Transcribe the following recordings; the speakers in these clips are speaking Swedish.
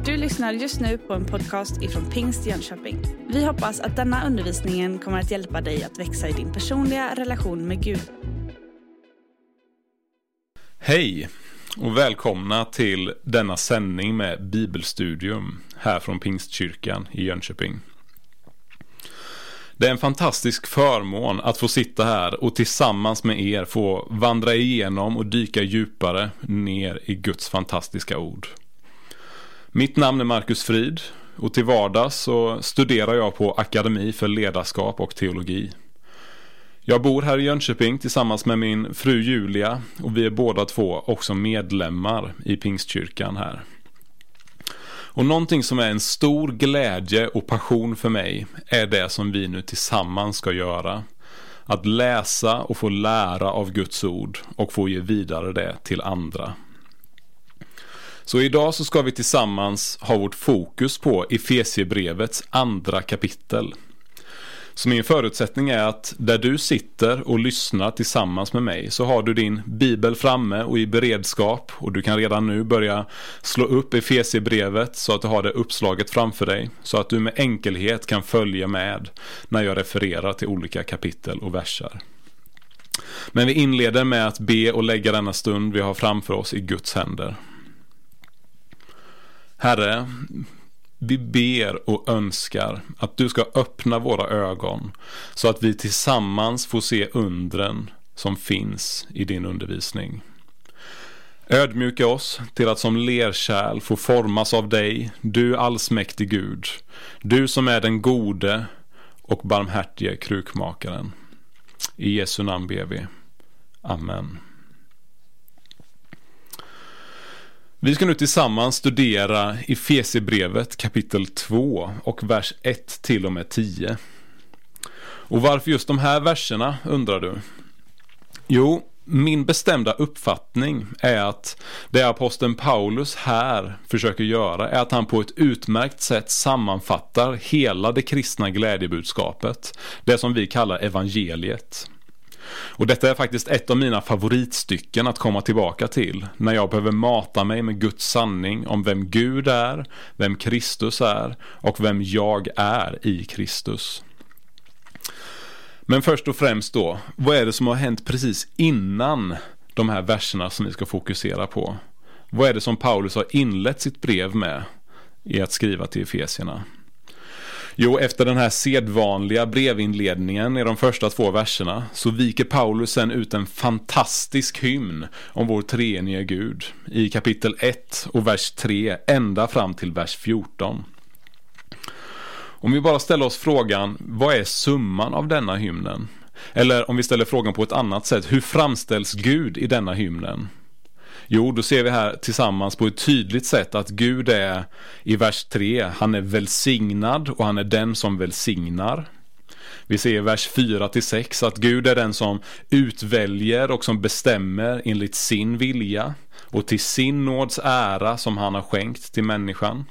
Du lyssnar just nu på en podcast ifrån Pingst Jönköping. Vi hoppas att denna undervisning kommer att hjälpa dig att växa i din personliga relation med Gud. Hej och välkomna till denna sändning med Bibelstudium här från Pingstkyrkan i Jönköping. Det är en fantastisk förmån att få sitta här och tillsammans med er få vandra igenom och dyka djupare ner i Guds fantastiska ord. Mitt namn är Marcus Frid och till vardags så studerar jag på Akademi för ledarskap och teologi. Jag bor här i Jönköping tillsammans med min fru Julia och vi är båda två också medlemmar i Pingstkyrkan här. Och någonting som är en stor glädje och passion för mig är det som vi nu tillsammans ska göra. Att läsa och få lära av Guds ord och få ge vidare det till andra. Så idag så ska vi tillsammans ha vårt fokus på Efesierbrevets 2 kapitel. Så min förutsättning är att där du sitter och lyssnar tillsammans med mig så har du din bibel framme och i beredskap och du kan redan nu börja slå upp Efesierbrevet så att du har det uppslaget framför dig så att du med enkelhet kan följa med när jag refererar till olika kapitel och verser. Men vi inleder med att be och lägga denna stund vi har framför oss i Guds händer. Herre, vi ber och önskar att du ska öppna våra ögon så att vi tillsammans får se undren som finns i din undervisning. Ödmjuka oss till att som lerkärl få formas av dig, du allsmäktig Gud, du som är den gode och barmhärtige krukmakaren. I Jesu namn ber vi. Amen. Vi ska nu tillsammans studera Efesierbrevet kapitel 2 och vers 1 till och med 10. Och varför just de här verserna undrar du? Jo, min bestämda uppfattning är att det aposteln Paulus här försöker göra är att han på ett utmärkt sätt sammanfattar hela det kristna glädjebudskapet, det som vi kallar evangeliet. Och detta är faktiskt ett av mina favoritstycken att komma tillbaka till när jag behöver mata mig med Guds sanning om vem Gud är, vem Kristus är och vem jag är i Kristus. Men först och främst då, vad är det som har hänt precis innan de här verserna som vi ska fokusera på? Vad är det som Paulus har inlett sitt brev med i att skriva till Efesierna? Jo, efter den här sedvanliga brevinledningen i de första 2 verserna så viker Paulus sen ut en fantastisk hymn om vår treenige Gud i kapitel 1 och vers 3 ända fram till vers 14. Om vi bara ställer oss frågan, vad är summan av denna hymnen? Eller om vi ställer frågan på ett annat sätt, hur framställs Gud i denna hymnen? Jo, då ser vi här tillsammans på ett tydligt sätt att Gud är i vers 3, han är välsignad och han är den som välsignar. Vi ser i vers 4-6 att Gud är den som utväljer och som bestämmer enligt sin vilja och till sin nåds ära som han har skänkt till människan.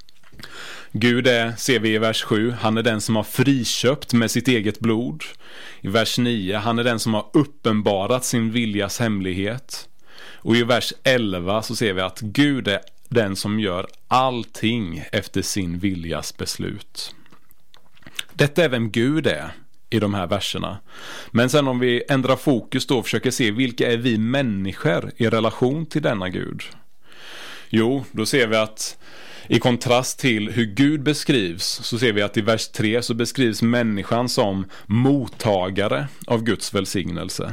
Gud är, ser vi i vers 7, han är den som har friköpt med sitt eget blod. I vers 9, han är den som har uppenbarat sin viljas hemlighet. Och i vers 11 så ser vi att Gud är den som gör allting efter sin viljas beslut. Detta är vem Gud är i de här verserna. Men sen om vi ändrar fokus då och försöker se vilka är vi människor i relation till denna Gud. Jo, då ser vi att i kontrast till hur Gud beskrivs så ser vi att i vers 3 så beskrivs människan som mottagare av Guds välsignelse.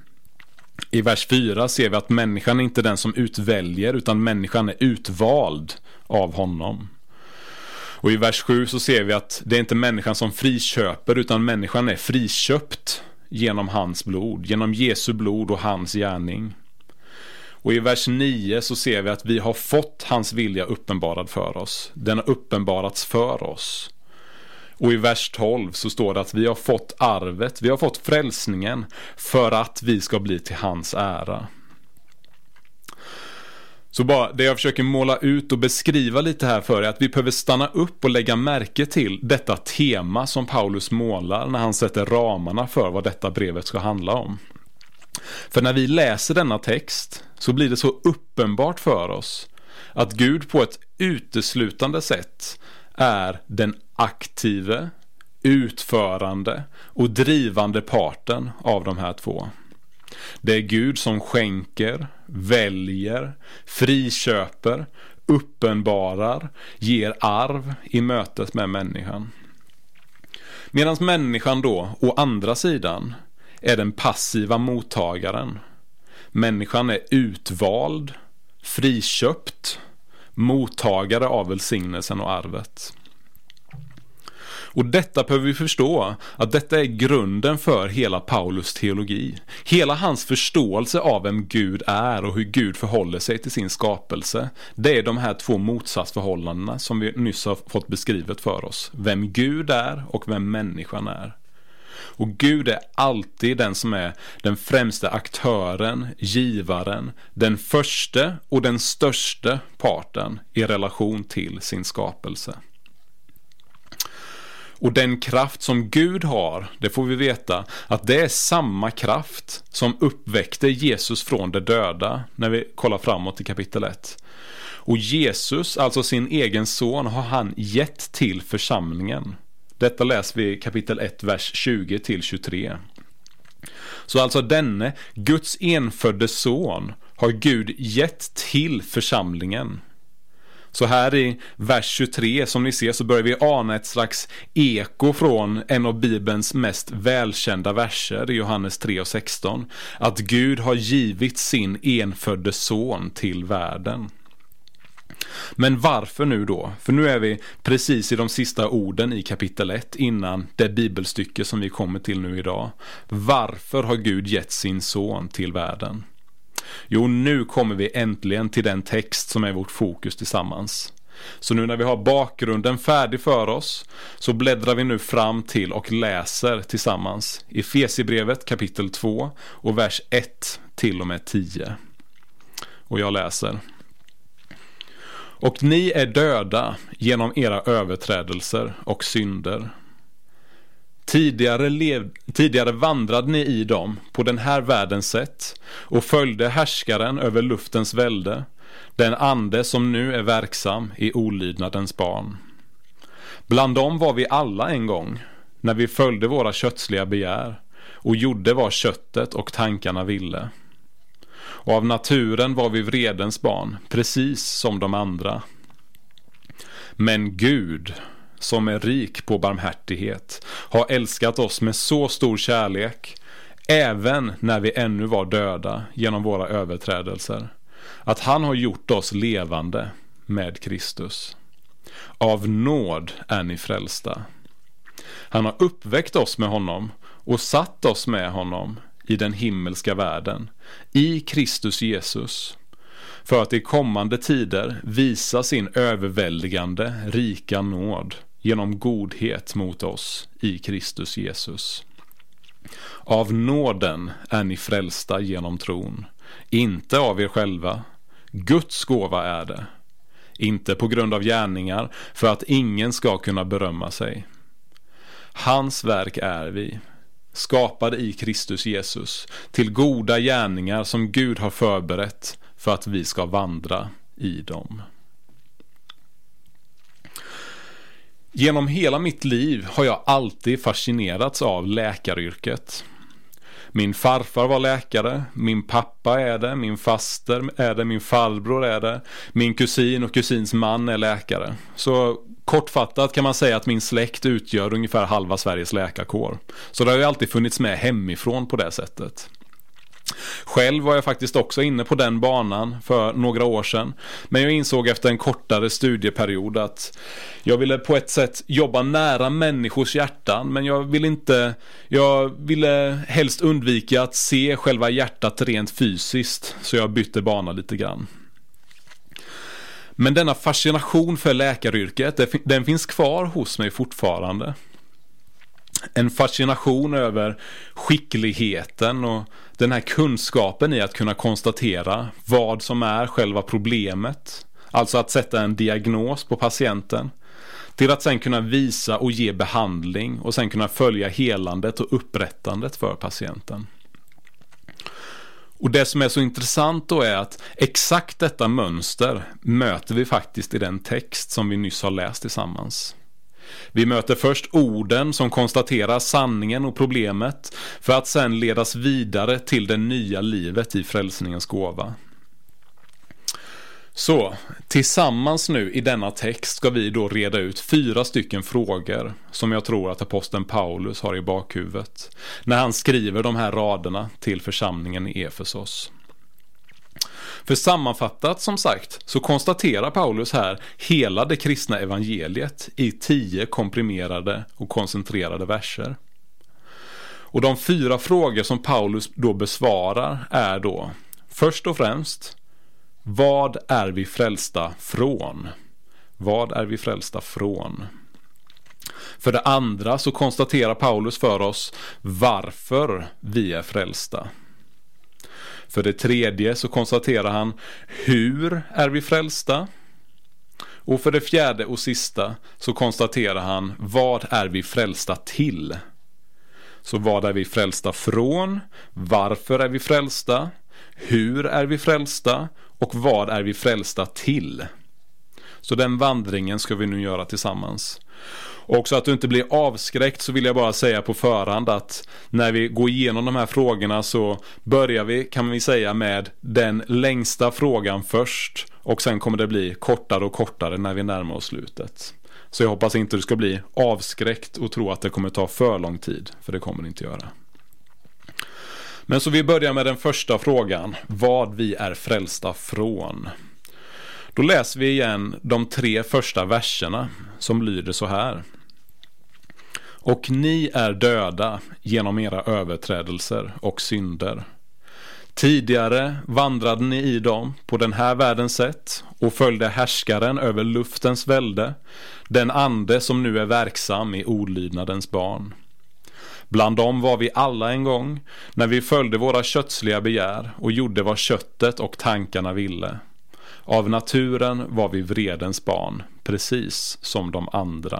I vers 4 ser vi att människan är inte den som utväljer utan människan är utvald av honom. Och i vers 7 så ser vi att det är inte människan som friköper utan människan är friköpt genom hans blod, genom Jesu blod och hans gärning. Och i vers 9 så ser vi att vi har fått hans vilja uppenbarad för oss. Den har uppenbarats för oss. Och i vers 12 så står det att vi har fått arvet, vi har fått frälsningen för att vi ska bli till hans ära. Så bara det jag försöker måla ut och beskriva lite här för är att vi behöver stanna upp och lägga märke till detta tema som Paulus målar när han sätter ramarna för vad detta brevet ska handla om. För när vi läser denna text så blir det så uppenbart för oss att Gud på ett uteslutande sätt är den aktive, utförande och drivande parten av de här två. Det är Gud som skänker, väljer, friköper, uppenbarar, ger arv i mötet med människan. Medan människan då, å andra sidan, är den passiva mottagaren. Människan är utvald, friköpt, mottagare av välsignelsen och arvet. Och detta behöver vi förstå, att detta är grunden för hela Paulus teologi. Hela hans förståelse av vem Gud är och hur Gud förhåller sig till sin skapelse. Det är de här två motsatsförhållandena som vi nyss har fått beskrivet för oss. Vem Gud är och vem människan är. Och Gud är alltid den som är den främsta aktören, givaren, den första och den största parten i relation till sin skapelse. Och den kraft som Gud har, det får vi veta, att det är samma kraft som uppväckte Jesus från de döda när vi kollar framåt i kapitel 1. Och Jesus, alltså sin egen son, har han gett till församlingen. Detta läser vi i kapitel 1, vers 20-23. Så alltså denne, Guds enfödde son, har Gud gett till församlingen. Så här i vers 23 som ni ser så börjar vi ana ett slags eko från en av Bibelns mest välkända verser i Johannes 3:16. Att Gud har givit sin enfödde son till världen. Men varför nu då? För nu är vi precis i de sista orden i kapitel 1 innan det bibelstycke som vi kommer till nu idag. Varför har Gud gett sin son till världen? Jo, nu kommer vi äntligen till den text som är vårt fokus tillsammans. Så nu när vi har bakgrunden färdig för oss så bläddrar vi nu fram till och läser tillsammans i Efesierbrevet kapitel 2 och vers 1 till och med 10. Och jag läser. Och ni är döda genom era överträdelser och synder. Tidigare vandrade ni i dem på den här världens sätt och följde härskaren över luftens välde, den ande som nu är verksam i olydnadens barn. Bland dem var vi alla en gång, när vi följde våra kötsliga begär och gjorde vad köttet och tankarna ville. Och av naturen var vi vredens barn, precis som de andra. Men Gud, som är rik på barmhärtighet, har älskat oss med så stor kärlek, även när vi ännu var döda genom våra överträdelser, att han har gjort oss levande med Kristus. Av nåd är ni frälsta. Han har uppväckt oss med honom och satt oss med honom i den himmelska världen, i Kristus Jesus, för att i kommande tider visa sin överväldigande rika nåd genom godhet mot oss i Kristus Jesus. Av nåden är ni frälsta genom tron, inte av er själva. Guds gåva är det, inte på grund av gärningar, för att ingen ska kunna berömma sig. Hans verk är vi, skapade i Kristus Jesus, till goda gärningar som Gud har förberett för att vi ska vandra i dem. Genom hela mitt liv har jag alltid fascinerats av läkaryrket. Min farfar var läkare, min pappa är det, min faster är det, min farbror är det, min kusin och kusins man är läkare. Så kortfattat kan man säga att min släkt utgör ungefär halva Sveriges läkarkår. Så det har ju alltid funnits med hemifrån på det sättet. Själv var jag faktiskt också inne på den banan för några år sedan, men jag insåg efter en kortare studieperiod att jag ville på ett sätt jobba nära människors hjärtan, men jag ville helst undvika att se själva hjärtat rent fysiskt, så jag bytte bana lite grann. Men denna fascination för läkaryrket, den finns kvar hos mig fortfarande. En fascination över skickligheten och den här kunskapen i att kunna konstatera vad som är själva problemet. Alltså att sätta en diagnos på patienten. Till att sen kunna visa och ge behandling och sen kunna följa helandet och upprättandet för patienten. Och det som är så intressant då är att exakt detta mönster möter vi faktiskt i den text som vi nyss har läst tillsammans. Vi möter först orden som konstaterar sanningen och problemet för att sedan ledas vidare till det nya livet i frälsningens gåva. Så, tillsammans nu i denna text ska vi då reda ut 4 stycken frågor som jag tror att aposteln Paulus har i bakhuvudet när han skriver de här raderna till församlingen i Efesos. För sammanfattat som sagt så konstaterar Paulus här hela det kristna evangeliet i 10 komprimerade och koncentrerade verser. Och de 4 frågor som Paulus då besvarar är då först och främst: vad är vi frälsta från? Vad är vi frälsta från? För det andra så konstaterar Paulus för oss varför vi är frälsta. För det tredje så konstaterar han hur är vi frälsta? Och för det fjärde och sista så konstaterar han vad är vi frälsta till? Så vad är vi frälsta från? Varför är vi frälsta? Hur är vi frälsta? Och vad är vi frälsta till? Så den vandringen ska vi nu göra tillsammans. Och så att du inte blir avskräckt så vill jag bara säga på förhand att när vi går igenom de här frågorna så börjar vi, kan vi säga, med den längsta frågan först. Och sen kommer det bli kortare och kortare när vi närmar oss slutet. Så jag hoppas inte du ska bli avskräckt och tro att det kommer ta för lång tid. För det kommer det inte göra. Men så vi börjar med den första frågan. Vad vi är frälsta från. Då läser vi igen de 3 första verserna som lyder så här. Och ni är döda genom era överträdelser och synder. Tidigare vandrade ni i dem på den här världens sätt och följde härskaren över luftens välde, den ande som nu är verksam i olydnadens barn. Bland dem var vi alla en gång, när vi följde våra kötsliga begär och gjorde vad köttet och tankarna ville. Av naturen var vi vredens barn, precis som de andra.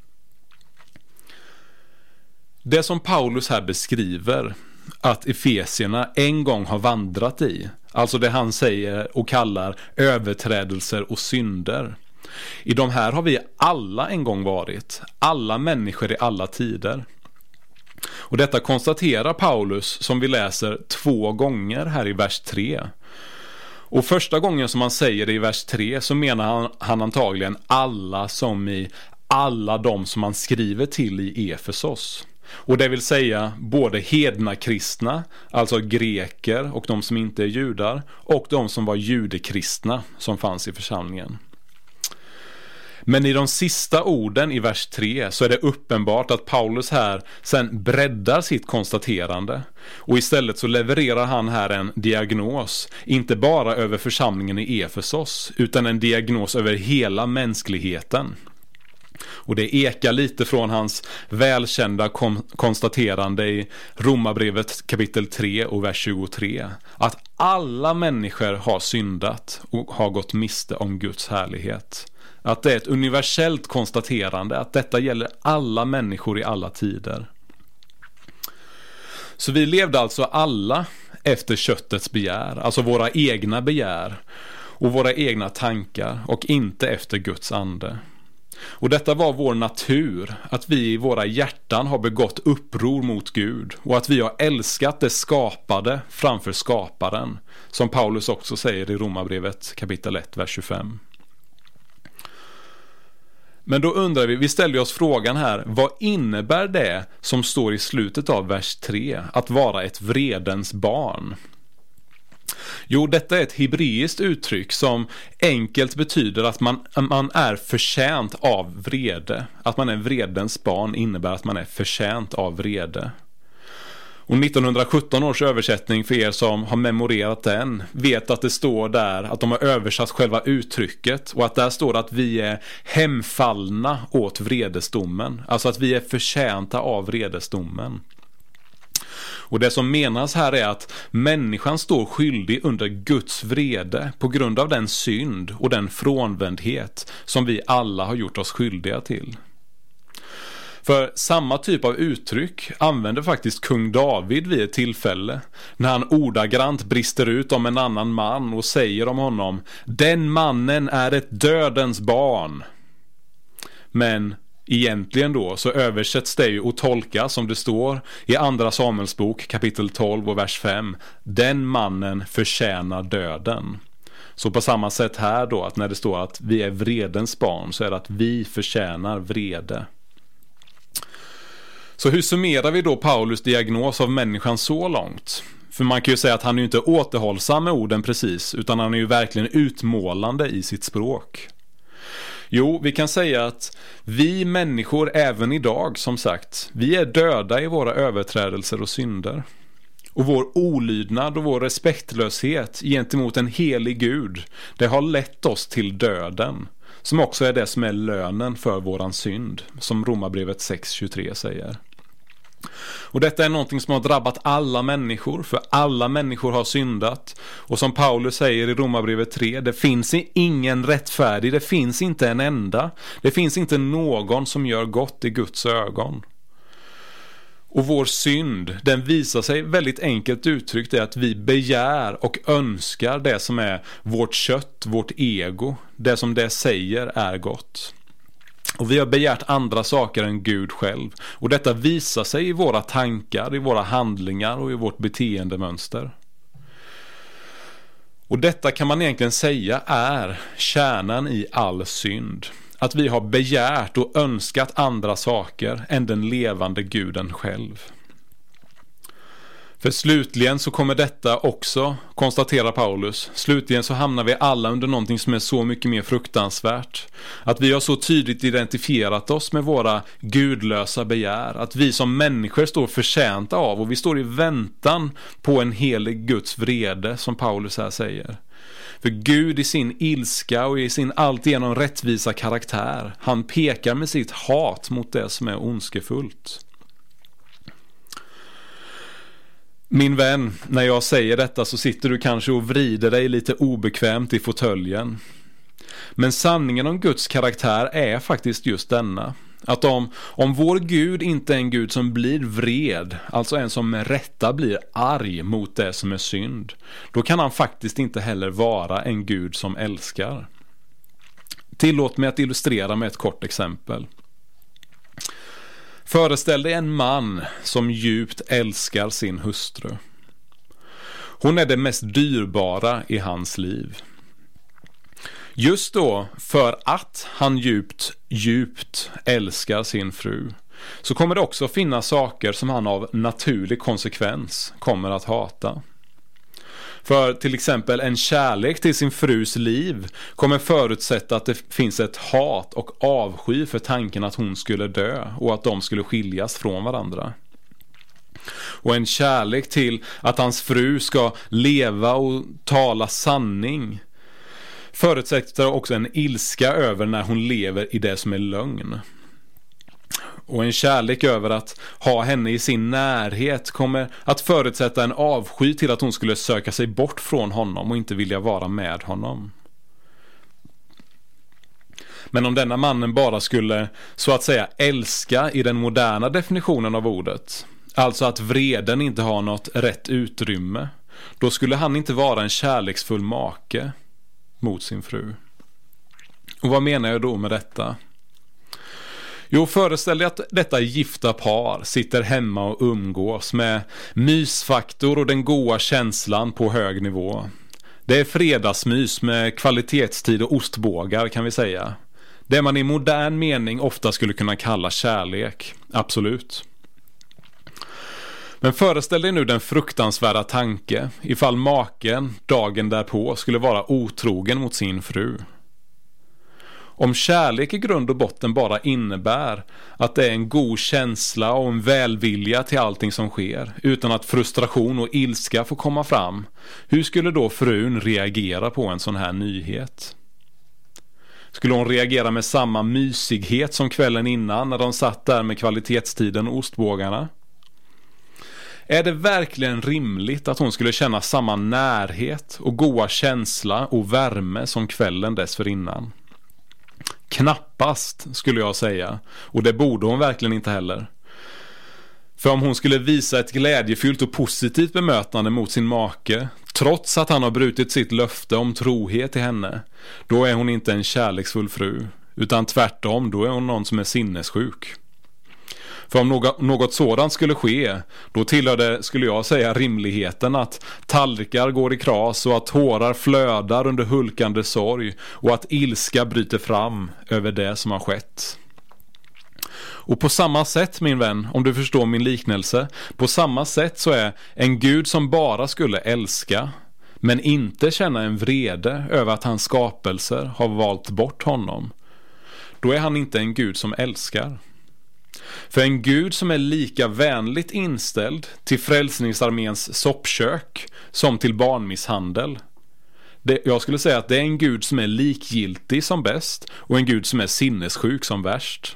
Det som Paulus här beskriver att efesierna en gång har vandrat i, alltså det han säger och kallar överträdelser och synder. I de här har vi alla en gång varit, alla människor i alla tider. Och detta konstaterar Paulus som vi läser 2 gånger här i vers 3. Och första gången som han säger det i vers 3 så menar han antagligen alla som i alla de som han skriver till i Efesos. Och det vill säga både hedna kristna, alltså greker och de som inte är judar, och de som var judekristna som fanns i församlingen. Men i de sista orden i vers 3 så är det uppenbart att Paulus här sen breddar sitt konstaterande. Och istället så levererar han här en diagnos, inte bara över församlingen i Efesos, utan en diagnos över hela mänskligheten. Och det ekar lite från hans välkända konstaterande i Romarbrevet kapitel 3 och vers 23. Att alla människor har syndat och har gått miste om Guds härlighet. Att det är ett universellt konstaterande att detta gäller alla människor i alla tider. Så vi levde alltså alla efter köttets begär, alltså våra egna begär och våra egna tankar och inte efter Guds ande. Och detta var vår natur, att vi i våra hjärtan har begått uppror mot Gud och att vi har älskat det skapade framför skaparen, som Paulus också säger i Romarbrevet kapitel 1, vers 25. Men då undrar vi ställer oss frågan här, vad innebär det som står i slutet av vers 3, att vara ett vredens barn? Jo, detta är ett hebreiskt uttryck som enkelt betyder att man är förtjänt av vrede. Att man är vredens barn innebär att man är förtjänt av vrede. Och 1917 års översättning, för er som har memorerat den, vet att det står där att de har översatt själva uttrycket och att där står att vi är hemfallna åt vredesdomen. Alltså att vi är förtjänta av vredesdomen. Och det som menas här är att människan står skyldig under Guds vrede på grund av den synd och den frånvändhet som vi alla har gjort oss skyldiga till. För samma typ av uttryck använder faktiskt kung David vid ett tillfälle när han ordagrant brister ut om en annan man och säger om honom: den mannen är ett dödens barn. Men egentligen då så översätts det ju och tolkas som det står i andra Samuelsbok kapitel 12 och vers 5. Den mannen förtjänar döden. Så på samma sätt här då, att när det står att vi är vredens barn, så är det att vi förtjänar vrede. Så hur summerar vi då Paulus diagnos av människan så långt? För man kan ju säga att han är ju inte återhållsam med orden precis, utan han är ju verkligen utmålande i sitt språk. Jo, vi kan säga att vi människor även idag, som sagt, vi är döda i våra överträdelser och synder. Och vår olydnad och vår respektlöshet gentemot en helig Gud, det har lett oss till döden, som också är det som är lönen för våran synd, som Romarbrevet 6:23 säger. Och detta är någonting som har drabbat alla människor, för alla människor har syndat. Och som Paulus säger i Romarbrevet 3, det finns ingen rättfärdig, det finns inte en enda. Det finns inte någon som gör gott i Guds ögon. Och vår synd, den visar sig väldigt enkelt uttryckt i att vi begär och önskar det som är vårt kött, vårt ego, det som det säger är gott. Och vi har begärt andra saker än Gud själv. Och detta visar sig i våra tankar, i våra handlingar och i vårt beteendemönster. Och detta kan man egentligen säga är kärnan i all synd. Att vi har begärt och önskat andra saker än den levande Guden själv. För slutligen så kommer detta också, konstaterar Paulus, slutligen så hamnar vi alla under någonting som är så mycket mer fruktansvärt. Att vi har så tydligt identifierat oss med våra gudlösa begär. Att vi som människor står förtjänta av, och vi står i väntan på en helig Guds vrede, som Paulus här säger. För Gud i sin ilska och i sin alltigenom rättvisa karaktär, han pekar med sitt hat mot det som är ondskefullt. Min vän, när jag säger detta så sitter du kanske och vrider dig lite obekvämt i fåtöljen. Men sanningen om Guds karaktär är faktiskt just denna. Att om vår Gud inte är en Gud som blir vred, alltså en som med rätta blir arg mot det som är synd, då kan han faktiskt inte heller vara en Gud som älskar. Tillåt mig att illustrera med ett kort exempel. Föreställ dig en man som djupt älskar sin hustru. Hon är det mest dyrbara i hans liv. Just då, för att han djupt älskar sin fru, så kommer det också finnas saker som han av naturlig konsekvens kommer att hata. För till exempel en kärlek till sin frus liv kommer förutsätta att det finns ett hat och avsky för tanken att hon skulle dö och att de skulle skiljas från varandra. Och en kärlek till att hans fru ska leva och tala sanning förutsätter också en ilska över när hon lever i det som är lögn. Och en kärlek över att ha henne i sin närhet kommer att förutsätta en avsky till att hon skulle söka sig bort från honom och inte vilja vara med honom. Men om denna mannen bara skulle, så att säga, älska i den moderna definitionen av ordet, alltså att vreden inte har något rätt utrymme, då skulle han inte vara en kärleksfull make mot sin fru. Och vad menar jag då med detta? Jo, föreställ dig att detta gifta par sitter hemma och umgås med mysfaktor och den goda känslan på hög nivå. Det är fredagsmys med kvalitetstid och ostbågar, kan vi säga. Det man i modern mening ofta skulle kunna kalla kärlek. Absolut. Men föreställ dig nu den fruktansvärda tanke ifall maken dagen därpå skulle vara otrogen mot sin fru. Om kärlek i grund och botten bara innebär att det är en god känsla och en välvilja till allting som sker, utan att frustration och ilska får komma fram, hur skulle då frun reagera på en sån här nyhet? Skulle hon reagera med samma mysighet som kvällen innan när de satt där med kvalitetstiden och ostbågarna? Är det verkligen rimligt att hon skulle känna samma närhet och goda känsla och värme som kvällen dessförinnan? Knappast, skulle jag säga. Och det borde hon verkligen inte heller. För om hon skulle visa ett glädjefyllt och positivt bemötande mot sin make, trots att han har brutit sitt löfte om trohet till henne, då är hon inte en kärleksfull fru, utan tvärtom, då är hon någon som är sinnessjuk. För om något sådant skulle ske, då tillhör det, skulle jag säga, rimligheten att tallrikar går i kras och att tårar flödar under hulkande sorg och att ilska bryter fram över det som har skett. Och på samma sätt, min vän, om du förstår min liknelse, på samma sätt så är en Gud som bara skulle älska, men inte känna en vrede över att hans skapelser har valt bort honom, då är han inte en Gud som älskar. För en Gud som är lika vänligt inställd till Frälsningsarméns soppkök som till barnmisshandel, jag skulle säga att det är en Gud som är likgiltig som bäst och en Gud som är sinnessjuk som värst.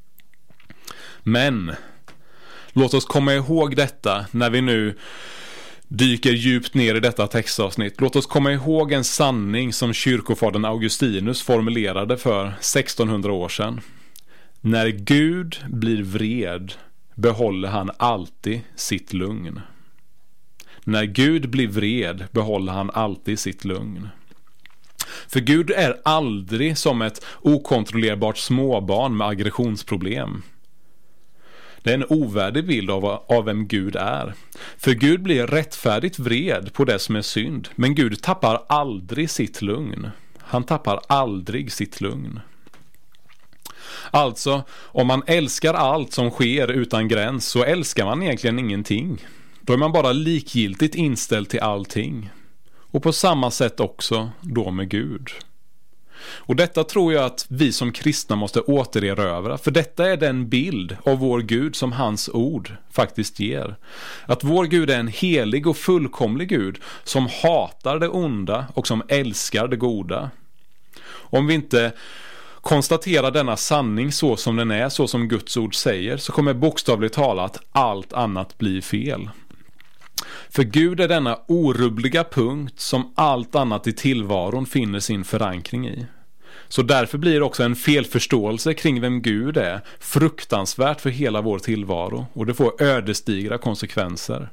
Men låt oss komma ihåg detta när vi nu dyker djupt ner i detta textavsnitt. Låt oss komma ihåg en sanning som kyrkofadern Augustinus formulerade för 1600 år sedan. När Gud blir vred behåller han alltid sitt lugn. När Gud blir vred behåller han alltid sitt lugn. För Gud är aldrig som ett okontrollerbart småbarn med aggressionsproblem. Det är en ovärdig bild av vem Gud är. För Gud blir rättfärdigt vred på det som är synd. Men Gud tappar aldrig sitt lugn. Han tappar aldrig sitt lugn. Alltså, om man älskar allt som sker utan gräns så älskar man egentligen ingenting. Då är man bara likgiltigt inställd till allting. Och på samma sätt också då med Gud. Och detta tror jag att vi som kristna måste återerövra, för detta är den bild av vår Gud som hans ord faktiskt ger. Att vår Gud är en helig och fullkomlig Gud som hatar det onda och som älskar det goda. Om vi inte konstaterar denna sanning så som den är, så som Guds ord säger, så kommer bokstavligt talat allt annat bli fel. För Gud är denna orubbliga punkt som allt annat i tillvaron finner sin förankring i. Så därför blir också en felförståelse kring vem Gud är fruktansvärt för hela vår tillvaro, och det får ödesdigra konsekvenser.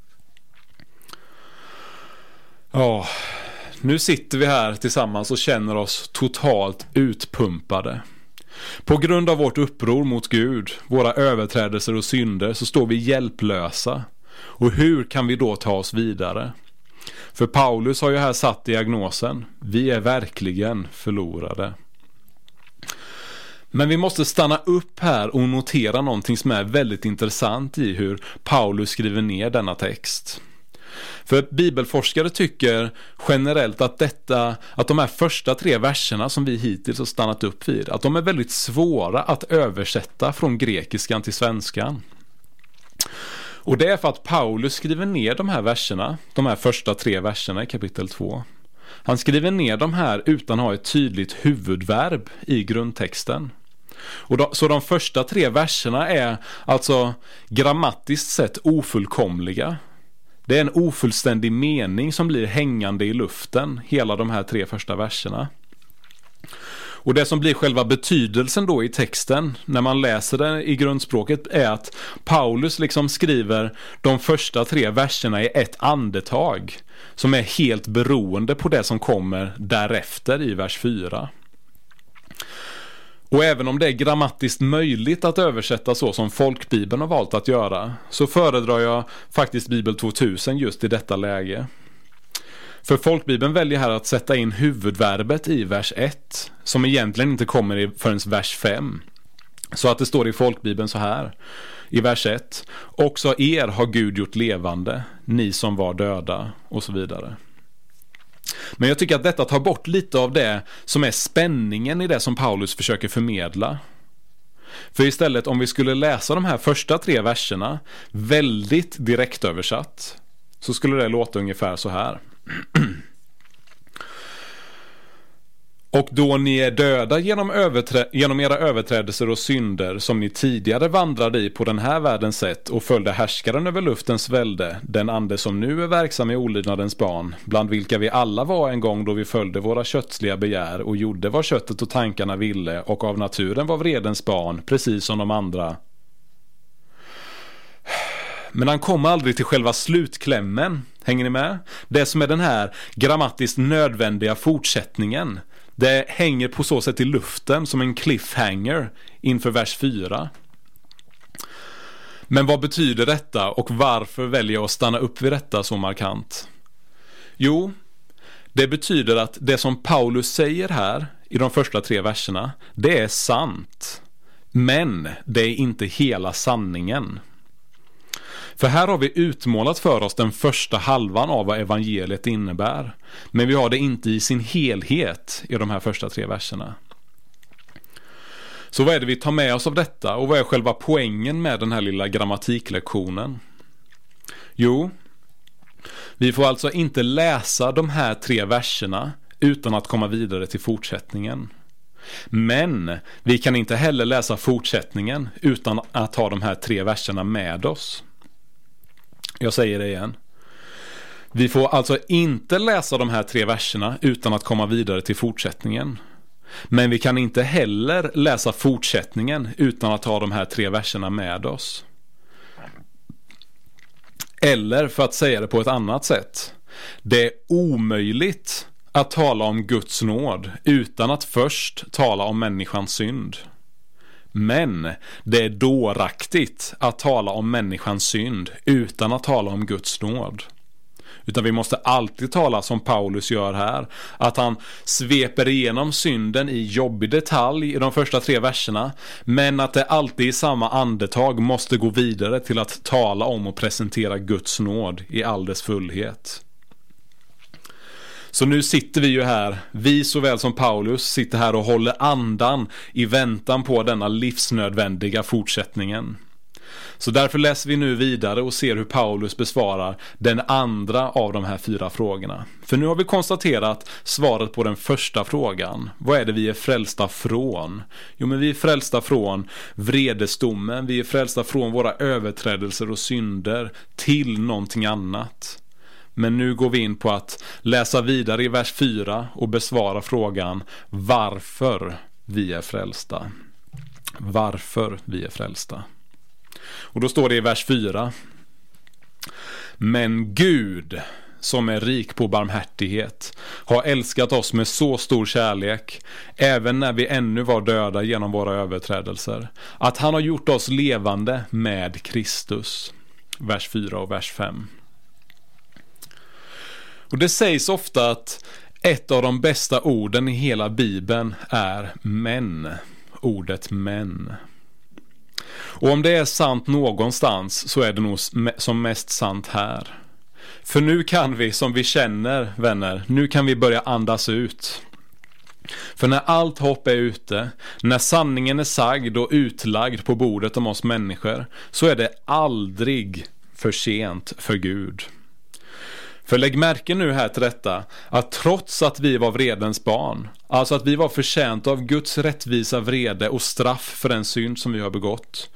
Ja, nu sitter vi här tillsammans och känner oss totalt utpumpade. På grund av vårt uppror mot Gud, våra överträdelser och synder, så står vi hjälplösa. Och hur kan vi då ta oss vidare? För Paulus har ju här satt diagnosen: vi är verkligen förlorade. Men vi måste stanna upp här och notera någonting som är väldigt intressant i hur Paulus skriver ner denna text. För bibelforskare tycker generellt att de här första 3 verserna som vi hittills har stannat upp vid, att de är väldigt svåra att översätta från grekiskan till svenskan. Och det är för att Paulus skriver ner de här verserna, de här första 3 verserna i kapitel 2. Han skriver ner de här utan att ha ett tydligt huvudverb i grundtexten. Så de första 3 verserna är alltså grammatiskt sett ofullkomliga. Det är en ofullständig mening som blir hängande i luften, hela de här 3 första verserna. Och det som blir själva betydelsen då i texten när man läser den i grundspråket är att Paulus liksom skriver de första 3 verserna i ett andetag som är helt beroende på det som kommer därefter i vers 4. Och även om det är grammatiskt möjligt att översätta så som folkbibeln har valt att göra, så föredrar jag faktiskt Bibel 2000 just i detta läge. För folkbibeln väljer här att sätta in huvudverbet i vers 1, som egentligen inte kommer förrän vers 5. Så att det står i folkbibeln så här, i vers 1: också er har Gud gjort levande, ni som var döda, och så vidare. Men jag tycker att detta tar bort lite av det som är spänningen i det som Paulus försöker förmedla. För istället, om vi skulle läsa de här första 3 verserna väldigt direkt översatt, så skulle det låta ungefär så här. Och då ni är döda genom era överträdelser och synder som ni tidigare vandrade i på den här världens sätt och följde härskaren över luftens välde, den ande som nu är verksam i olydnadens barn, bland vilka vi alla var en gång då vi följde våra kötsliga begär och gjorde vad köttet och tankarna ville och av naturen var vredens barn, precis som de andra. Men han kom aldrig till själva slutklämmen. Hänger ni med? Det som är den här grammatiskt nödvändiga fortsättningen. Det hänger på så sätt i luften som en cliffhanger inför vers 4. Men vad betyder detta och varför väljer jag att stanna upp vid detta så markant? Jo, det betyder att det som Paulus säger här i de första 3 verserna, det är sant. Men det är inte hela sanningen. För här har vi utmålat för oss den första halvan av vad evangeliet innebär. Men vi har det inte i sin helhet i de här första 3 verserna. Så vad är det vi tar med oss av detta och vad är själva poängen med den här lilla grammatiklektionen? Jo, vi får alltså inte läsa de här 3 verserna utan att komma vidare till fortsättningen. Men vi kan inte heller läsa fortsättningen utan att ha de här 3 verserna med oss. Jag säger det igen. Vi får alltså inte läsa de här 3 verserna utan att komma vidare till fortsättningen. Men vi kan inte heller läsa fortsättningen utan att ha de här 3 verserna med oss. Eller för att säga det på ett annat sätt. Det är omöjligt att tala om Guds nåd utan att först tala om människans synd. Men det är dåraktigt att tala om människans synd utan att tala om Guds nåd. Utan vi måste alltid tala som Paulus gör här. Att han sveper igenom synden i jobbig detalj i de första 3 verserna. Men att det alltid i samma andetag måste gå vidare till att tala om och presentera Guds nåd i all dess fullhet. Så nu sitter vi ju här, vi såväl som Paulus sitter här och håller andan i väntan på denna livsnödvändiga fortsättningen. Så därför läser vi nu vidare och ser hur Paulus besvarar den andra av de här 4 frågorna. För nu har vi konstaterat svaret på den första frågan. Vad är det vi är frälsta från? Jo, men vi är frälsta från vredesdomen, vi är frälsta från våra överträdelser och synder till någonting annat. Men nu går vi in på att läsa vidare i vers 4 och besvara frågan varför vi är frälsta. Varför vi är frälsta. Och då står det i vers 4. Men Gud, som är rik på barmhärtighet, har älskat oss med så stor kärlek, även när vi ännu var döda genom våra överträdelser, att han har gjort oss levande med Kristus. Vers 4 och vers 5. Och det sägs ofta att ett av de bästa orden i hela Bibeln är men. Ordet men. Och om det är sant någonstans så är det nog som mest sant här. För nu kan vi, som vi känner, vänner, nu kan vi börja andas ut. För när allt hopp är ute, när sanningen är sagd och utlagd på bordet om oss människor, så är det aldrig för sent för Gud. För lägg märke nu här till detta, att trots att vi var vredens barn, alltså att vi var förtjänta av Guds rättvisa vrede och straff för den synd som vi har begått,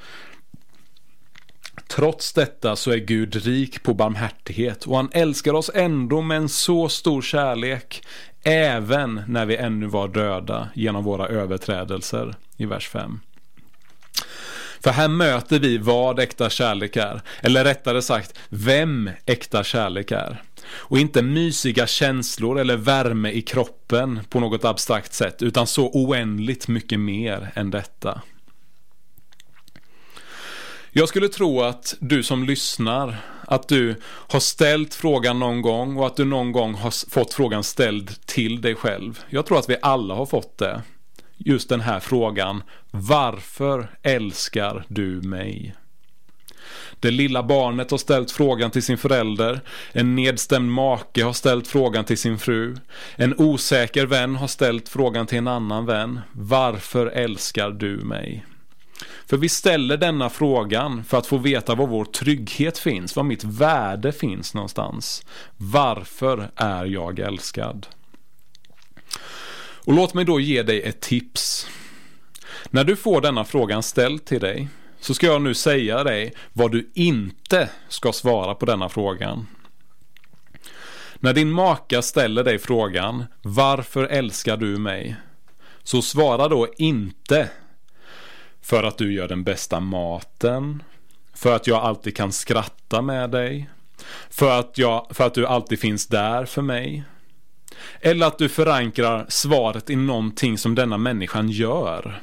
trots detta så är Gud rik på barmhärtighet och han älskar oss ändå med en så stor kärlek, även när vi ännu var döda genom våra överträdelser, i vers 5. För här möter vi vad äkta kärlek är, eller rättare sagt, vem äkta kärlek är. Och inte mysiga känslor eller värme i kroppen på något abstrakt sätt, utan så oändligt mycket mer än detta. Jag skulle tro att du som lyssnar, att du har ställt frågan någon gång och att du någon gång har fått frågan ställd till dig själv. Jag tror att vi alla har fått det. Just den här frågan, varför älskar du mig? Det lilla barnet har ställt frågan till sin förälder, en nedstämd make har ställt frågan till sin fru, en osäker vän har ställt frågan till en annan vän, varför älskar du mig? För vi ställer denna frågan för att få veta var vår trygghet finns, var mitt värde finns någonstans. Varför är jag älskad? Och låt mig då ge dig ett tips. När du får denna frågan ställd till dig så ska jag nu säga dig vad du inte ska svara på denna frågan. När din maka ställer dig frågan, varför älskar du mig? Så svara då inte för att du gör den bästa maten, för att jag alltid kan skratta med dig, för att du alltid finns där för mig. Eller att du förankrar svaret i någonting som denna människan gör.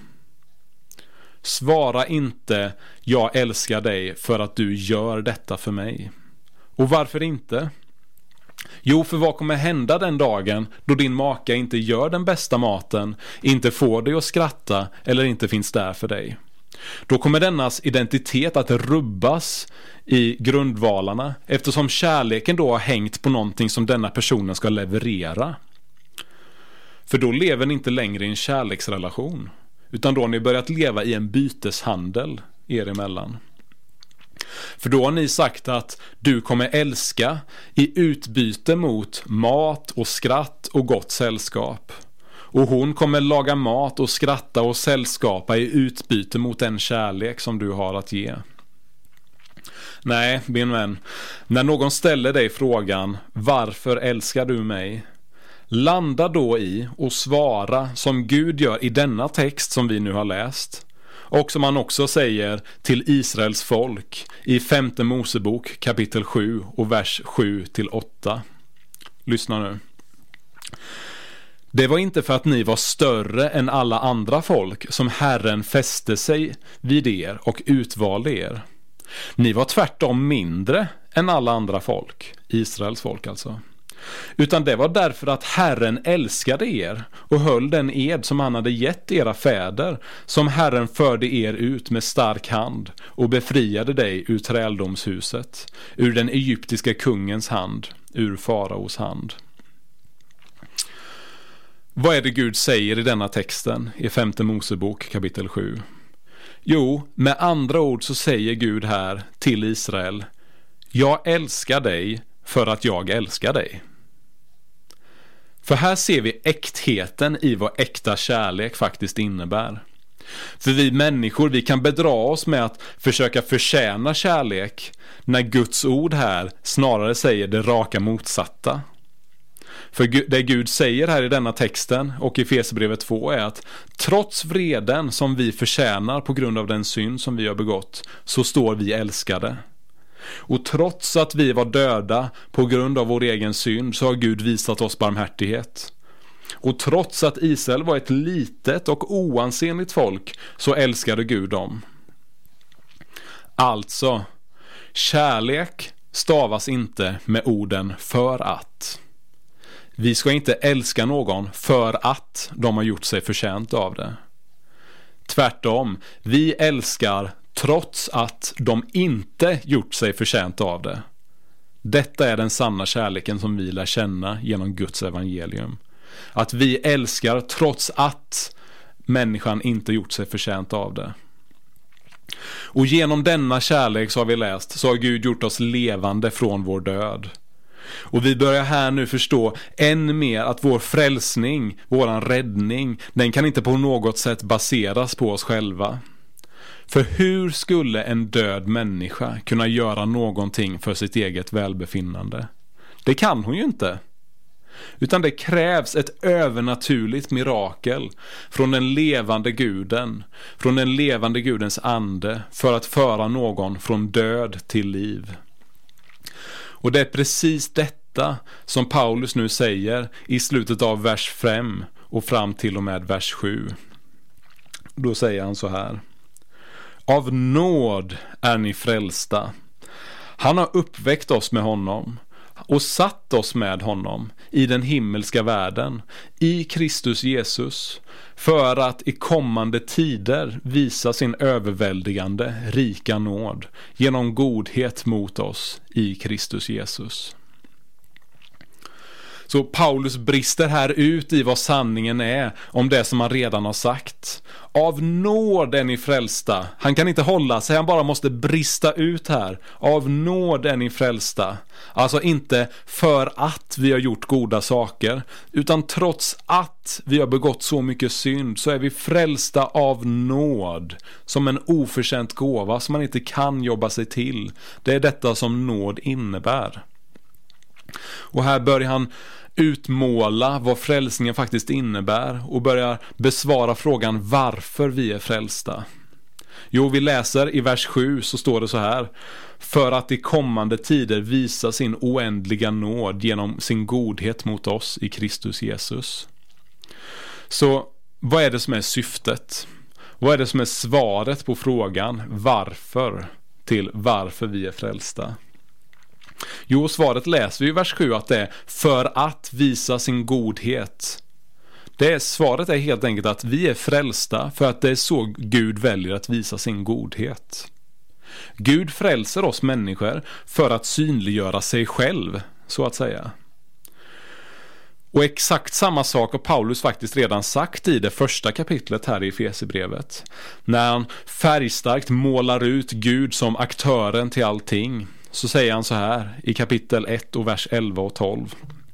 Svara inte, jag älskar dig för att du gör detta för mig. Och varför inte? Jo, för vad kommer hända den dagen då din maka inte gör den bästa maten, inte får dig att skratta eller inte finns där för dig? Då kommer dennas identitet att rubbas i grundvalarna eftersom kärleken då har hängt på någonting som denna personen ska leverera. För då lever ni inte längre i en kärleksrelation, utan då har ni börjat leva i en byteshandel er emellan. För då har ni sagt att du kommer älska i utbyte mot mat och skratt och gott sällskap. Och hon kommer laga mat och skratta och sällskapa i utbyte mot den kärlek som du har att ge. Nej, min vän, när någon ställer dig frågan, varför älskar du mig? Landa då i och svara som Gud gör i denna text som vi nu har läst. Och som han också säger till Israels folk i 5:e Mosebok kapitel 7 och vers 7-8. Lyssna nu. Det var inte för att ni var större än alla andra folk som Herren fäste sig vid er och utvalde er. Ni var tvärtom mindre än alla andra folk, Israels folk alltså. Utan det var därför att Herren älskade er och höll den ed som han hade gett era fäder, som Herren förde er ut med stark hand och befriade dig ur träldomshuset, ur den egyptiska kungens hand, ur faraos hand. Vad är det Gud säger i denna texten i 5:e Mosebok kapitel 7? Jo, med andra ord så säger Gud här till Israel: jag älskar dig för att jag älskar dig. För här ser vi äktheten i vad äkta kärlek faktiskt innebär. För vi människor, vi kan bedra oss med att försöka förtjäna kärlek, när Guds ord här snarare säger det raka motsatta. För det Gud säger här i denna texten och i Efesierbrevet 2 är att trots vreden som vi förtjänar på grund av den synd som vi har begått, så står vi älskade. Och trots att vi var döda på grund av vår egen synd, så har Gud visat oss barmhärtighet. Och trots att Israel var ett litet och oansenligt folk, så älskade Gud dem. Alltså, kärlek stavas inte med orden för att. Vi ska inte älska någon för att de har gjort sig förtjänt av det. Tvärtom, vi älskar trots att de inte gjort sig förtjänt av det. Detta är den sanna kärleken som vi lär känna genom Guds evangelium. Att vi älskar trots att människan inte gjort sig förtjänt av det. Och genom denna kärlek, så har vi läst, så har Gud gjort oss levande från vår död. Och vi börjar här nu förstå än mer att vår frälsning, våran räddning, den kan inte på något sätt baseras på oss själva. För hur skulle en död människa kunna göra någonting för sitt eget välbefinnande? Det kan hon ju inte. Utan det krävs ett övernaturligt mirakel från den levande guden, från den levande gudens ande, för att föra någon från död till liv. Och det är precis detta som Paulus nu säger i slutet av vers 5 och fram till och med vers 7. Då säger han så här: av nåd är ni frälsta. Han har uppväckt oss med honom och satt oss med honom i den himmelska världen, i Kristus Jesus, för att i kommande tider visa sin överväldigande rika nåd genom godhet mot oss i Kristus Jesus. Så Så Paulus brister här ut i vad sanningen är om det som han redan har sagt. Av nåd är ni frälsta. Han kan inte hålla sig, han bara måste brista ut här. Av nåd är ni frälsta. Alltså inte för att vi har gjort goda saker, utan trots att vi har begått så mycket synd så är vi frälsta av nåd. Som en oförtjänt gåva som man inte kan jobba sig till. Det är detta som nåd innebär. Och här börjar han utmåla vad frälsningen faktiskt innebär och börjar besvara frågan varför vi är frälsta. Jo, vi läser i vers 7 så står det så här: för att i kommande tider visa sin oändliga nåd genom sin godhet mot oss i Kristus Jesus. Så vad är det som är syftet? Vad är det som är svaret på frågan varför till varför vi är frälsta? Jo, svaret läser vi i vers 7 att det är för att visa sin godhet. Svaret är helt enkelt att vi är frälsta för att det är så Gud väljer att visa sin godhet. Gud frälser oss människor för att synliggöra sig själv, så att säga. Och exakt samma sak har Paulus faktiskt redan sagt i det första kapitlet här i Efesierbrevet. När han färgstarkt målar ut Gud som aktören till allting, så säger han så här i kapitel 1 och vers 11 och 12.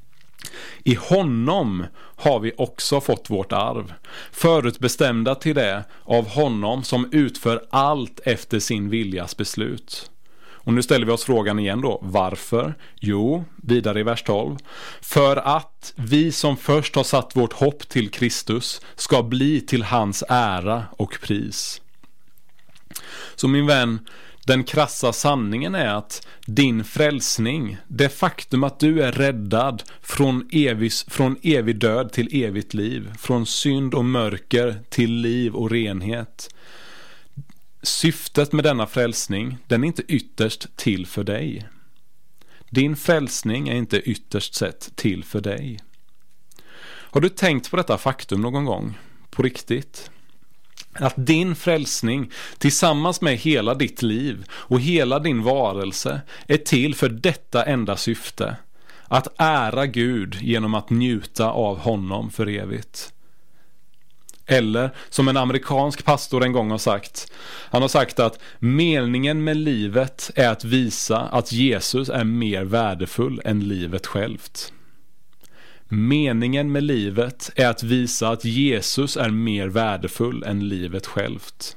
I honom har vi också fått vårt arv, förutbestämda till det av honom som utför allt efter sin viljas beslut. Och nu ställer vi oss frågan igen då, varför? Jo, vidare i vers 12. För att vi som först har satt vårt hopp till Kristus ska bli till hans ära och pris. Så min vän, den krassa sanningen är att din frälsning, det faktum att du är räddad från evig död till evigt liv, från synd och mörker till liv och renhet. Syftet med denna frälsning, den är inte ytterst till för dig. Din frälsning är inte ytterst sett till för dig. Har du tänkt på detta faktum någon gång? På riktigt? Att din frälsning tillsammans med hela ditt liv och hela din varelse är till för detta enda syfte. Att ära Gud genom att njuta av honom för evigt. Eller som en amerikansk pastor en gång har sagt. Han har sagt att meningen med livet är att visa att Jesus är mer värdefull än livet självt. Meningen med livet är att visa att Jesus är mer värdefull än livet självt.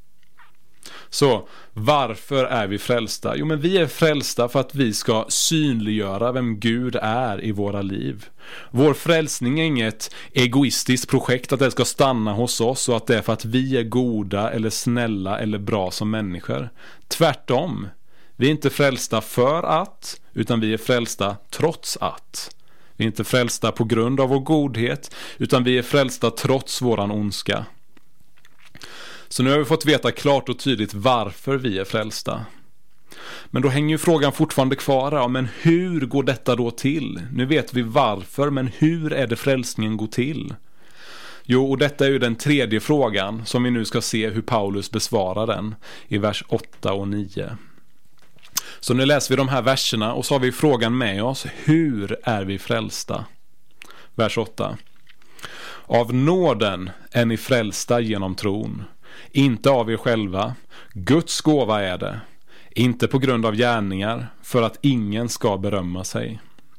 Så varför är vi frälsta? Jo, men vi är frälsta för att vi ska synliggöra vem Gud är i våra liv. Vår frälsning är inget egoistiskt projekt att det ska stanna hos oss och att det är för att vi är goda eller snälla eller bra som människor. Tvärtom, vi är inte frälsta för att, utan vi är frälsta trots att. Vi är inte frälsta på grund av vår godhet, utan vi är frälsta trots våran ondska. Så nu har vi fått veta klart och tydligt varför vi är frälsta. Men då hänger ju frågan fortfarande kvar. Ja, men hur går detta då till? Nu vet vi varför, men hur är det frälsningen går till? Jo, och detta är ju den tredje frågan som vi nu ska se hur Paulus besvarar den i vers 8 och 9. Så nu läser vi de här verserna och så har vi frågan med oss. Hur är vi frälsta? Vers 8. Av nåden är ni frälsta genom tron. Inte av er själva. Guds gåva är det. Inte på grund av gärningar, för att ingen ska berömma sig.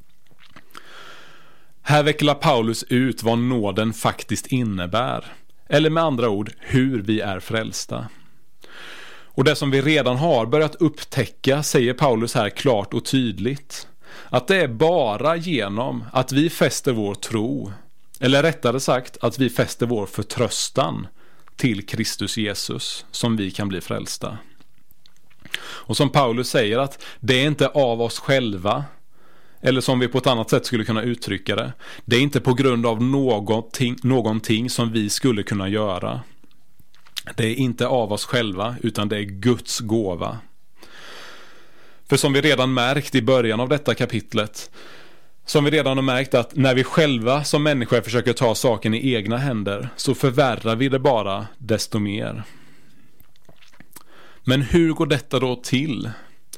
Här vecklar Paulus ut vad nåden faktiskt innebär. Eller med andra ord, hur vi är frälsta. Och det som vi redan har börjat upptäcka, säger Paulus här klart och tydligt, att det är bara genom att vi fäster vår tro, eller rättare sagt att vi fäster vår förtröstan till Kristus Jesus, som vi kan bli frälsta. Och som Paulus säger, att det är inte av oss själva, eller som vi på ett annat sätt skulle kunna uttrycka det, det är inte på grund av någonting som vi skulle kunna göra. Det är inte av oss själva, utan det är Guds gåva. För som vi redan märkt i början av detta kapitlet, som vi redan har märkt att när vi själva som människor försöker ta saken i egna händer, så förvärrar vi det bara desto mer. Men hur går detta då till?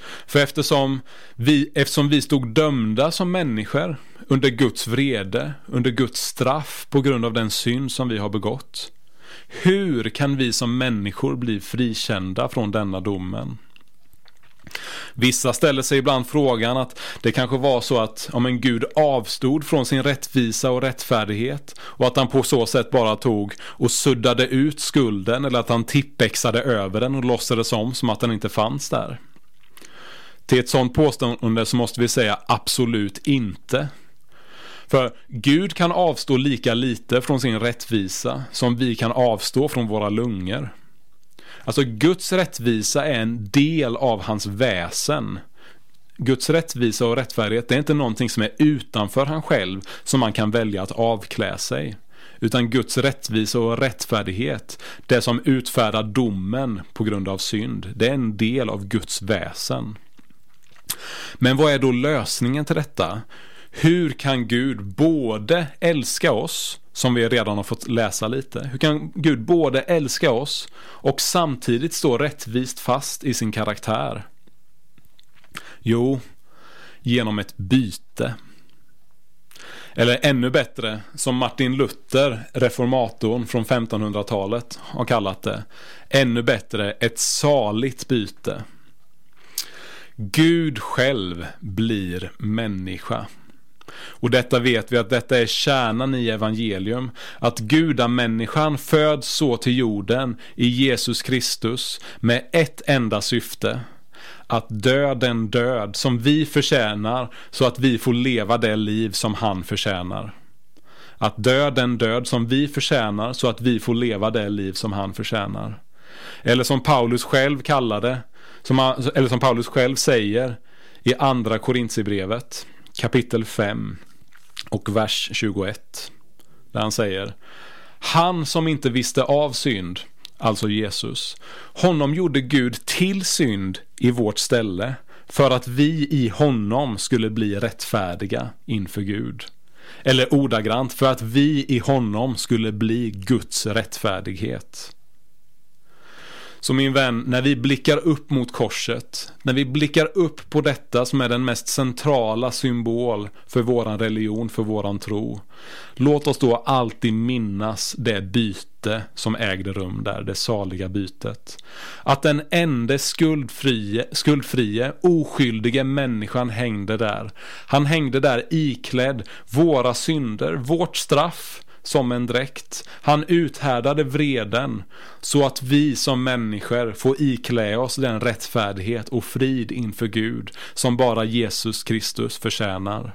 För eftersom vi stod dömda som människor under Guds vrede, under Guds straff på grund av den synd som vi har begått, hur kan vi som människor bli frikända från denna domen? Vissa ställer sig ibland frågan att det kanske var så att om en Gud avstod från sin rättvisa och rättfärdighet och att han på så sätt bara tog och suddade ut skulden, eller att han tippexade över den och låtsades som att den inte fanns där. Till ett sådant påstående så måste vi säga absolut inte. För Gud kan avstå lika lite från sin rättvisa som vi kan avstå från våra lungor. Alltså Guds rättvisa är en del av hans väsen. Guds rättvisa och rättfärdighet, det är inte någonting som är utanför han själv som man kan välja att avklä sig. Utan Guds rättvisa och rättfärdighet, det som utfärdar domen på grund av synd, det är en del av Guds väsen. Men vad är då lösningen till detta? Hur kan Gud både älska oss, som vi redan har fått läsa lite, hur kan Gud både älska oss och samtidigt stå rättvist fast i sin karaktär? Jo, genom ett byte. Eller ännu bättre, som Martin Luther, reformatorn från 1500-talet, har kallat det, ännu bättre, ett saligt byte. Gud själv blir människa. Och detta vet vi att detta är kärnan i evangelium, att gudamänniskan föds så till jorden i Jesus Kristus med ett enda syfte: att dö den död som vi förtjänar så att vi får leva det liv som han förtjänar. Att dö den död som vi förtjänar så att vi får leva det liv som han förtjänar. Eller som Paulus själv kallar det, eller som Paulus själv säger i andra Korinthierbrevet kapitel 5 och vers 21, där han säger: han som inte visste av synd, alltså Jesus, honom gjorde Gud till synd i vårt ställe för att vi i honom skulle bli rättfärdiga inför Gud. Eller ordagrant, för att vi i honom skulle bli Guds rättfärdighet. Så min vän, när vi blickar upp mot korset, när vi blickar upp på detta som är den mest centrala symbol för våran religion, för våran tro, låt oss då alltid minnas det byte som ägde rum där, det saliga bytet. Att den enda skuldfrie, oskyldige människan hängde där. Han hängde där iklädd våra synder, vårt straff, som en dräkt. Han uthärdade vreden så att vi som människor får iklä oss den rättfärdighet och frid inför Gud som bara Jesus Kristus förtjänar.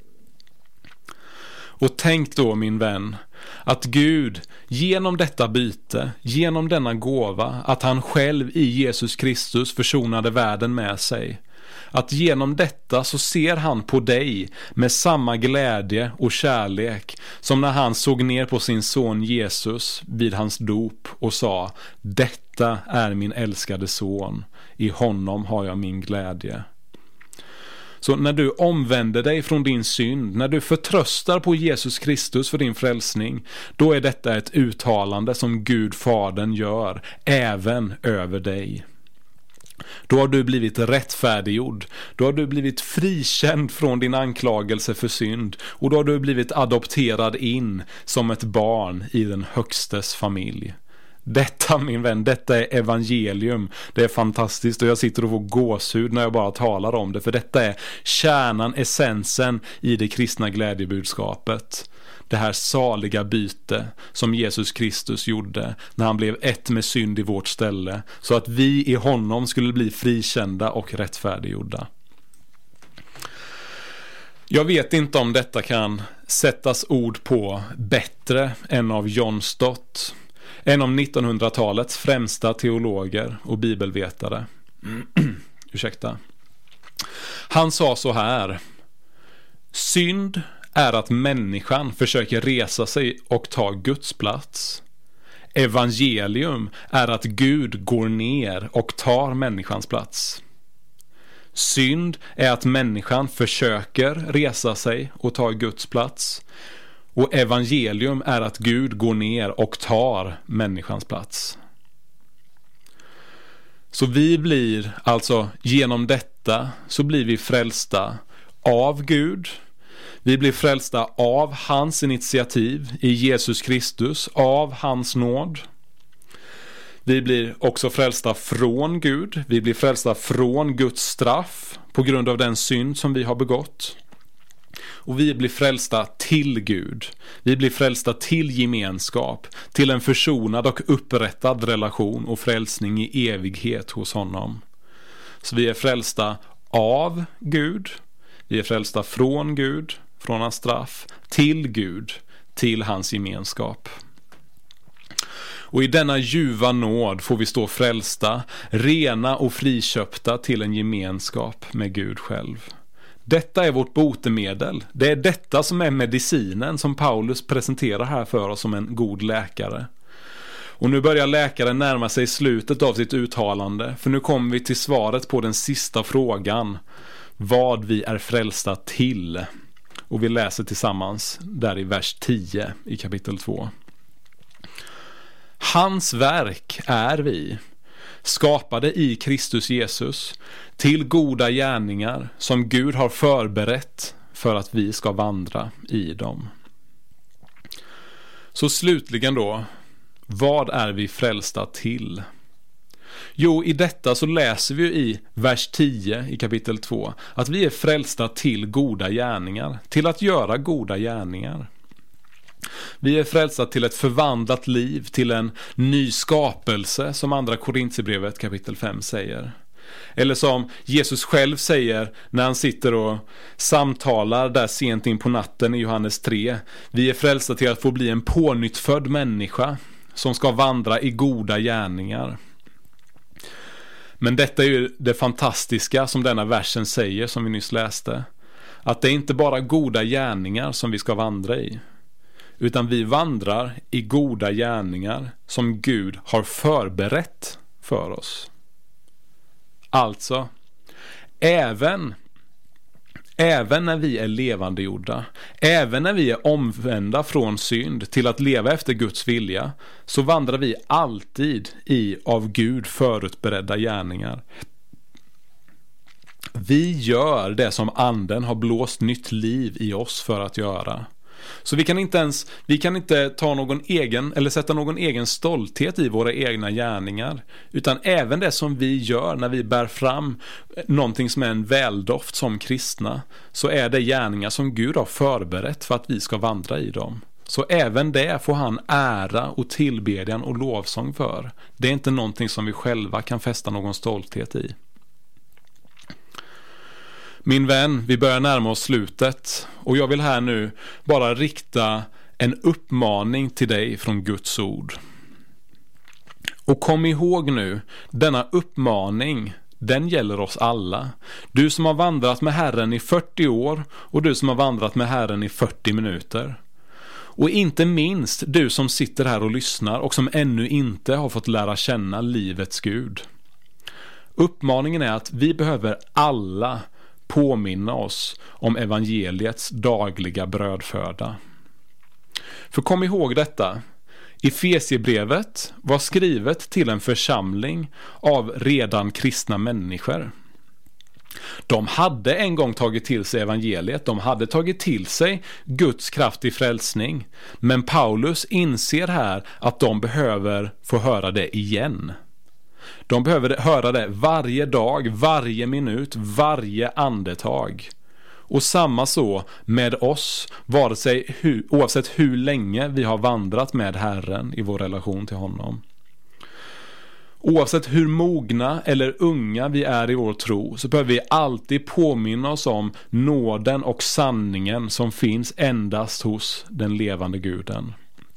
Och tänk då, min vän, att Gud genom detta byte, genom denna gåva, att han själv i Jesus Kristus försonade världen med sig, att genom detta så ser han på dig med samma glädje och kärlek som när han såg ner på sin son Jesus vid hans dop och sa: detta är min älskade son, i honom har jag min glädje. Så när du omvänder dig från din synd, när du förtröstar på Jesus Kristus för din frälsning, då är detta ett uttalande som Gud Fadern gör även över dig. Då har du blivit rättfärdiggjord, då har du blivit frikänd från din anklagelse för synd, och då har du blivit adopterad in som ett barn i den högstes familj. Detta, min vän, detta är evangelium. Det är fantastiskt och jag sitter och får gåshud när jag bara talar om det, för detta är kärnan, essensen i det kristna glädjebudskapet. Det här saliga byte som Jesus Kristus gjorde när han blev ett med synd i vårt ställe, så att vi i honom skulle bli frikända och rättfärdiggjorda. Jag vet inte om detta kan sättas ord på bättre än av John Stott, en av 1900-talets främsta teologer och bibelvetare. Ursäkta. Han sa så här: synd är att människan försöker resa sig och ta Guds plats. Evangelium är att Gud går ner och tar människans plats. Synd är att människan försöker resa sig och ta Guds plats. Och evangelium är att Gud går ner och tar människans plats. Så vi blir alltså genom detta så blir vi frälsta av Gud. Vi blir frälsta av hans initiativ i Jesus Kristus, av hans nåd. Vi blir också frälsta från Gud. Vi blir frälsta från Guds straff på grund av den synd som vi har begått. Och vi blir frälsta till Gud. Vi blir frälsta till gemenskap, till en försonad och upprättad relation och frälsning i evighet hos honom. Så vi är frälsta av Gud. Vi är frälsta från Gud, från hans straff, till Gud, till hans gemenskap. Och i denna ljuva nåd får vi stå frälsta, rena och friköpta till en gemenskap med Gud själv. Detta är vårt botemedel. Det är detta som är medicinen som Paulus presenterar här för oss som en god läkare. Och nu börjar läkaren närma sig slutet av sitt uttalande, för nu kommer vi till svaret på den sista frågan. Vad vi är frälsta till. Och vi läser tillsammans där i vers 10 i kapitel 2. Hans verk är vi, skapade i Kristus Jesus, till goda gärningar som Gud har förberett för att vi ska vandra i dem. Så slutligen då, vad är vi frälsta till? Jo, i detta så läser vi i vers 10 i kapitel 2 att vi är frälsta till goda gärningar, till att göra goda gärningar. Vi är frälsta till ett förvandlat liv, till en ny skapelse, som andra Korinthierbrevet kapitel 5 säger. Eller som Jesus själv säger när han sitter och samtalar där sent in på natten i Johannes 3. Vi är frälsta till att få bli en pånyttfödd människa som ska vandra i goda gärningar. Men detta är ju det fantastiska som denna versen säger, som vi nyss läste. Att det är inte bara goda gärningar som vi ska vandra i, utan vi vandrar i goda gärningar som Gud har förberett för oss. Alltså, även när vi är levandegjorda, även när vi är omvända från synd till att leva efter Guds vilja, så vandrar vi alltid i av Gud förutberedda gärningar. Vi gör det som anden har blåst nytt liv i oss för att göra. Så vi kan inte ta någon egen eller sätta någon egen stolthet i våra egna gärningar, utan även det som vi gör när vi bär fram någonting som är en väldoft som kristna, så är det gärningar som Gud har förberett för att vi ska vandra i dem. Så även det får han ära och tillbedjan och lovsång för. Det är inte någonting som vi själva kan fästa någon stolthet i. Min vän, vi börjar närma oss slutet och jag vill här nu bara rikta en uppmaning till dig från Guds ord. Och kom ihåg nu, denna uppmaning, den gäller oss alla. Du som har vandrat med Herren i 40 år och du som har vandrat med Herren i 40 minuter. Och inte minst du som sitter här och lyssnar och som ännu inte har fått lära känna livets Gud. Uppmaningen är att vi behöver alla påminna oss om evangeliets dagliga brödföda. För kom ihåg detta. Efesierbrevet var skrivet till en församling av redan kristna människor. De hade en gång tagit till sig evangeliet, de hade tagit till sig Guds kraft i frälsning. Men Paulus inser här att de behöver få höra det igen. De behöver höra det varje dag, varje minut, varje andetag. Och samma så med oss, oavsett hur länge vi har vandrat med Herren i vår relation till honom. Oavsett hur mogna eller unga vi är i vår tro, så behöver vi alltid påminna oss om nåden och sanningen som finns endast hos den levande Guden.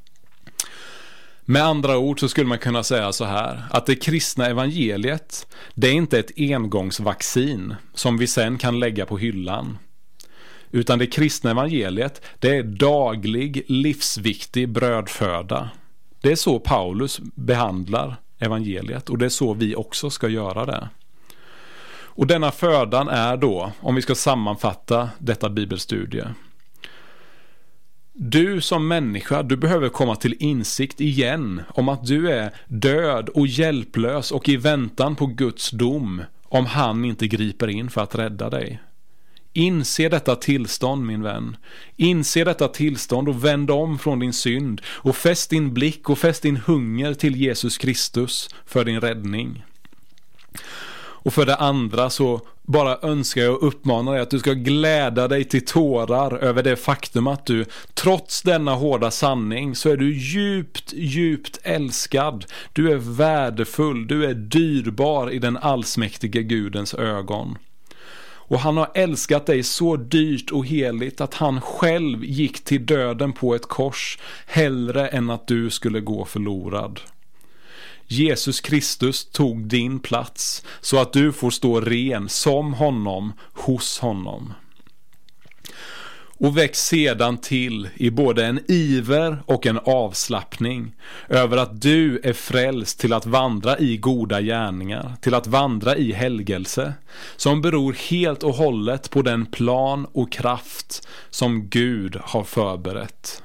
Med andra ord så skulle man kunna säga så här, att det kristna evangeliet, det är inte ett engångsvaccin som vi sen kan lägga på hyllan. Utan det kristna evangeliet, det är daglig, livsviktig brödföda. Det är så Paulus behandlar evangeliet och det är så vi också ska göra det. Och denna födan är då, om vi ska sammanfatta detta bibelstudie, Du som människa, du behöver komma till insikt igen om att du är död och hjälplös och i väntan på Guds dom om han inte griper in för att rädda dig. Inse detta tillstånd, min vän. Inse detta tillstånd och vänd om från din synd och fäst din blick och fäst din hunger till Jesus Kristus för din räddning. Och för det andra så bara önskar jag och uppmanar dig att du ska glädja dig till tårar över det faktum att du, trots denna hårda sanning, så är du djupt, djupt älskad. Du är värdefull, du är dyrbar i den allsmäktige Gudens ögon. Och han har älskat dig så dyrt och heligt att han själv gick till döden på ett kors hellre än att du skulle gå förlorad. Jesus Kristus tog din plats så att du får stå ren som honom, hos honom. Och väx sedan till i både en iver och en avslappning över att du är frälst till att vandra i goda gärningar, till att vandra i helgelse, som beror helt och hållet på den plan och kraft som Gud har förberett.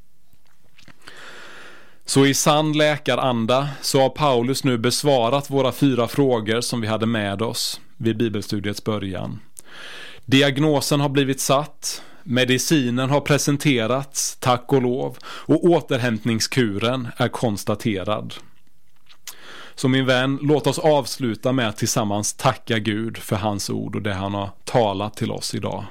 Så i sann läkaranda så har Paulus nu besvarat våra 4 frågor som vi hade med oss vid bibelstudiets början. Diagnosen har blivit satt, medicinen har presenterats, tack och lov, och återhämtningskuren är konstaterad. Så min vän, låt oss avsluta med att tillsammans tacka Gud för hans ord och det han har talat till oss idag.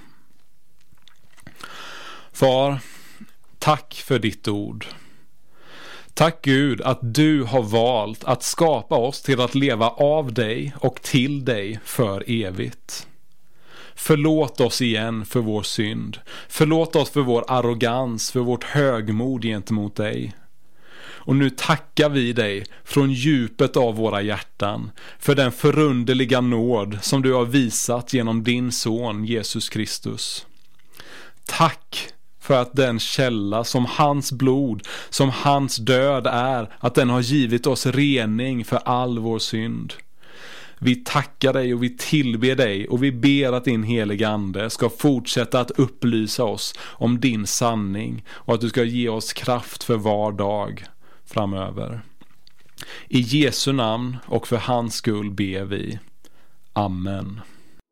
Far, tack för ditt ord. Tack Gud att du har valt att skapa oss till att leva av dig och till dig för evigt. Förlåt oss igen för vår synd. Förlåt oss för vår arrogans, för vårt högmod gentemot dig. Och nu tackar vi dig från djupet av våra hjärtan för den förunderliga nåd som du har visat genom din son Jesus Kristus. Tack för att den källa som hans blod, som hans död är, att den har givit oss rening för all vår synd. Vi tackar dig och vi tillber dig och vi ber att din heliga ande ska fortsätta att upplysa oss om din sanning och att du ska ge oss kraft för var dag framöver. I Jesu namn och för hans skull ber vi. Amen.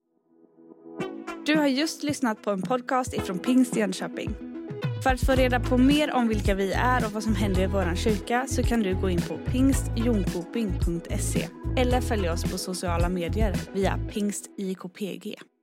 Du har just lyssnat på en podcast ifrån Pingst Jönköping. För att få reda på mer om vilka vi är och vad som händer i våran kyrka så kan du gå in på pingstjonkoping.se eller följa oss på sociala medier via pingstjkpg.